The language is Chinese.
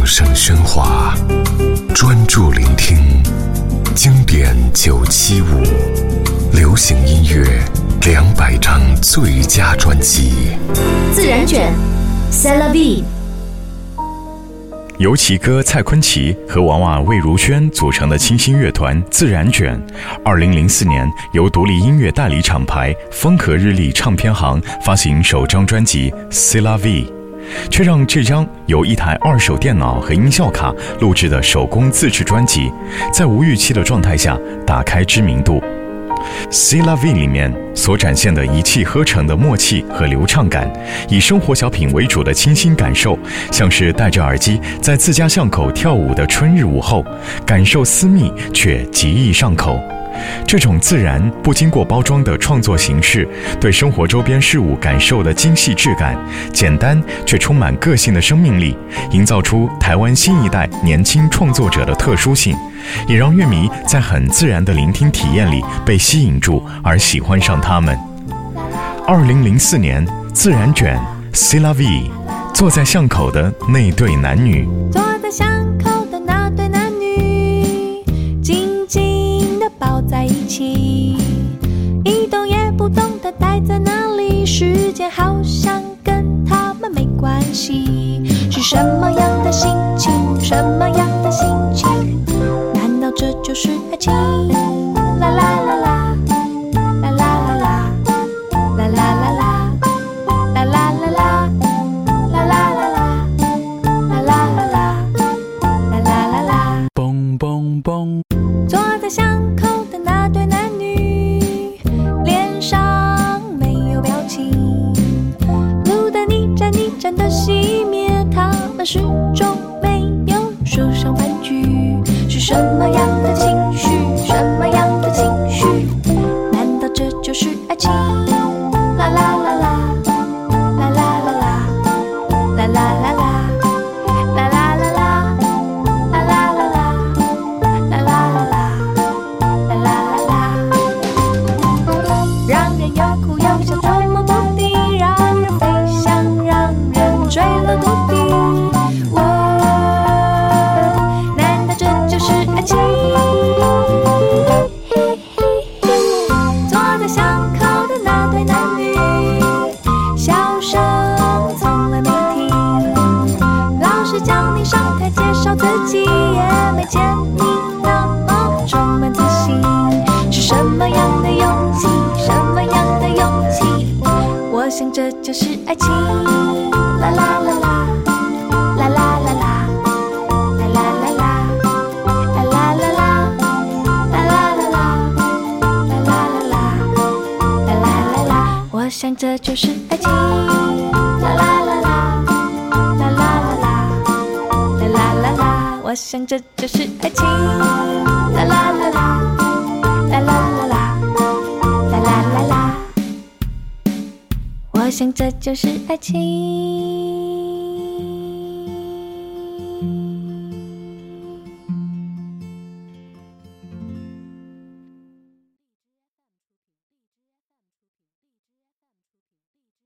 声喧哗，专注聆听经典975，流行音乐200张最佳专辑。 自然卷 C'est la vie。 由其哥蔡坤奇和娃娃魏如萱组成的清新乐团自然卷，2004年由独立音乐代理厂牌风和日丽唱片行发行首张专辑 C'est la vie， 却让这张由一台2手电脑和音效卡录制的手工自制专辑，在无预期的状态下打开知名度。C'est la vie 里面所展现的一气呵成的默契和流畅感，以生活小品为主的清新感受，像是戴着耳机在自家巷口跳舞的春日午后，感受私密却极易上口。这种自然不经过包装的创作形式，对生活周边事物感受的精细质感，简单却充满个性的生命力，营造出台湾新一代年轻创作者的特殊性，也让乐迷在很自然的聆听体验里被吸引住而喜欢上他们。2004年自然卷 C'est la vie， 坐在巷口的那对男女， 坐在巷口的那对男女，紧紧地抱在一起，一动也不动地待在那里，时间好像跟他们没关系。是什么样的心情？什么样的心情？难道这就是爱情？啦啦啦啦，啦啦啦啦，啦啦啦啦，啦啦啦啦，啦啦啦啦，啦啦啦啦，啦啦啦啦， 嘣嘣嘣。 坐在巷口的那对男女，脸上没有表情，路灯一盏一盏的熄灭，他们始终没有说上半句。是什么样的情绪？什么样的情绪？难道这就是爱情？啦啦啦啦，啦啦啦啦，啦啦啦啦，啦啦啦啦，啦啦啦啦，啦啦啦啦，啦啦啦啦，让人又哭又笑，捉摸不定，让人飞翔，让人坠落谷底。难道这就是爱情？坐在巷口的那对男女，笑声从来没停。老师叫你上台介绍自己，也没见你那么充满自信。是什么样的勇气？什么样的勇气？我想这就是爱情。啦啦啦啦，啦啦啦啦，啦啦啦啦，啦啦啦啦，啦啦啦啦，啦啦啦啦，啦啦啦啦，我想这就是爱情。啦啦啦啦，啦啦啦啦，啦啦啦啦，我想这就是爱情。啦啦啦啦，啦啦啦啦，啦啦啦啦，我想这就是爱情。